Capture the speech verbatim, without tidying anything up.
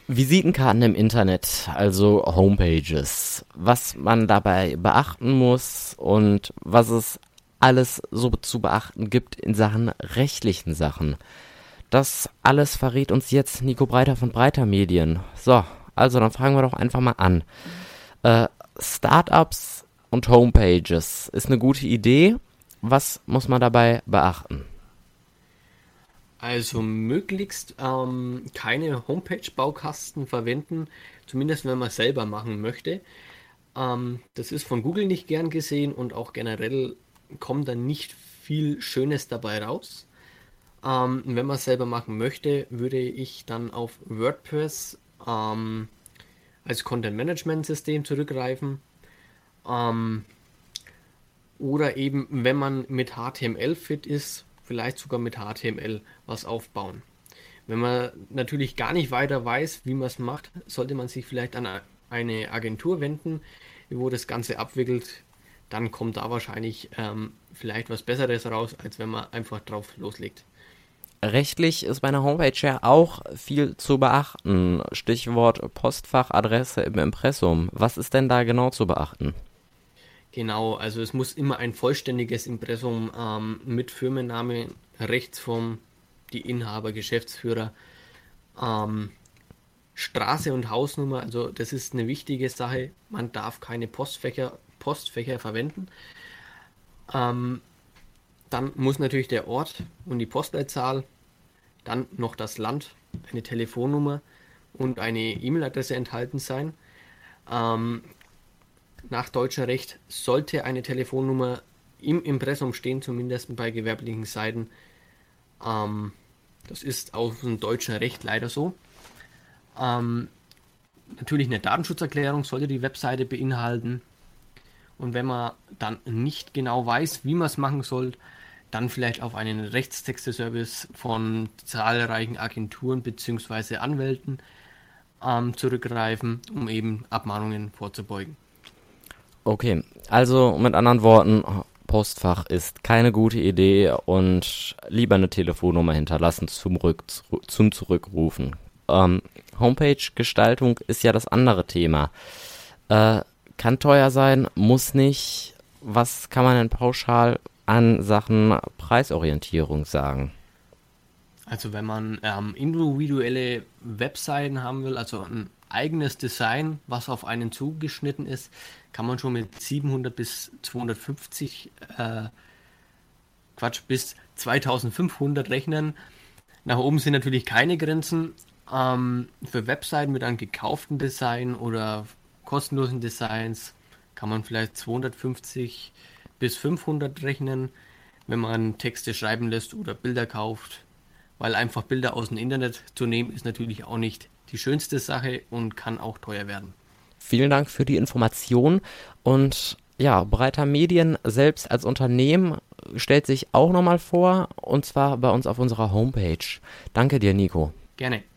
Visitenkarten im Internet, also Homepages, was man dabei beachten muss und was es alles so zu beachten gibt in Sachen rechtlichen Sachen. Das alles verrät uns jetzt Nico Breiter von Breiter Medien. So, also dann fangen wir doch einfach mal an. Äh, Startups und Homepages ist eine gute Idee. Was muss man dabei beachten? Also möglichst ähm, keine Homepage-Baukasten verwenden, zumindest wenn man selber machen möchte. Ähm, das ist von Google nicht gern gesehen und auch generell kommt dann nicht viel Schönes dabei raus. Ähm, wenn man es selber machen möchte, würde ich dann auf WordPress ähm, als Content-Management-System zurückgreifen. Ähm, oder eben, wenn man mit H T M L fit ist, vielleicht sogar mit H T M L was aufbauen. Wenn man natürlich gar nicht weiter weiß, wie man es macht, sollte man sich vielleicht an eine Agentur wenden, wo das Ganze abwickelt. Dann kommt da wahrscheinlich ähm, vielleicht was Besseres raus, als wenn man einfach drauf loslegt. Rechtlich ist bei einer Homepage ja auch viel zu beachten. Stichwort Postfachadresse im Impressum. Was ist denn da genau zu beachten? Genau, also es muss immer ein vollständiges Impressum ähm, mit Firmenname, Rechtsform, die Inhaber, Geschäftsführer, ähm, Straße und Hausnummer. Also das ist eine wichtige Sache. Man darf keine Postfächer, Postfächer verwenden. Ähm, Dann muss natürlich der Ort und die Postleitzahl, dann noch das Land, eine Telefonnummer und eine E-Mail-Adresse enthalten sein. Ähm, Nach deutschem Recht sollte eine Telefonnummer im Impressum stehen, zumindest bei gewerblichen Seiten. Ähm, Das ist aus dem deutschen Recht leider so. Ähm, Natürlich eine Datenschutzerklärung sollte die Webseite beinhalten. Und wenn man dann nicht genau weiß, wie man es machen soll, dann vielleicht auf einen Rechtstexte-Service von zahlreichen Agenturen bzw. Anwälten ähm, zurückgreifen, um eben Abmahnungen vorzubeugen. Okay, also mit anderen Worten, Postfach ist keine gute Idee und lieber eine Telefonnummer hinterlassen zum, Rück, zum Zurückrufen. Ähm, Homepage-Gestaltung ist ja das andere Thema. Äh, kann teuer sein, muss nicht. Was kann man denn pauschal an Sachen Preisorientierung sagen? Also wenn man ähm, individuelle Webseiten haben will, also ein eigenes Design, was auf einen zugeschnitten ist, kann man schon mit siebenhundert bis zweihundertfünfzig, äh, Quatsch, bis zweitausendfünfhundert rechnen. Nach oben sind natürlich keine Grenzen. Ähm, für Webseiten mit einem gekauften Design oder kostenlosen Designs kann man vielleicht zweihundertfünfzig bis fünfhundert rechnen, wenn man Texte schreiben lässt oder Bilder kauft. Weil einfach Bilder aus dem Internet zu nehmen, ist natürlich auch nicht die schönste Sache und kann auch teuer werden. Vielen Dank für die Information und ja, Breiter Medien selbst als Unternehmen stellt sich auch nochmal vor und zwar bei uns auf unserer Homepage. Danke dir, Nico. Gerne.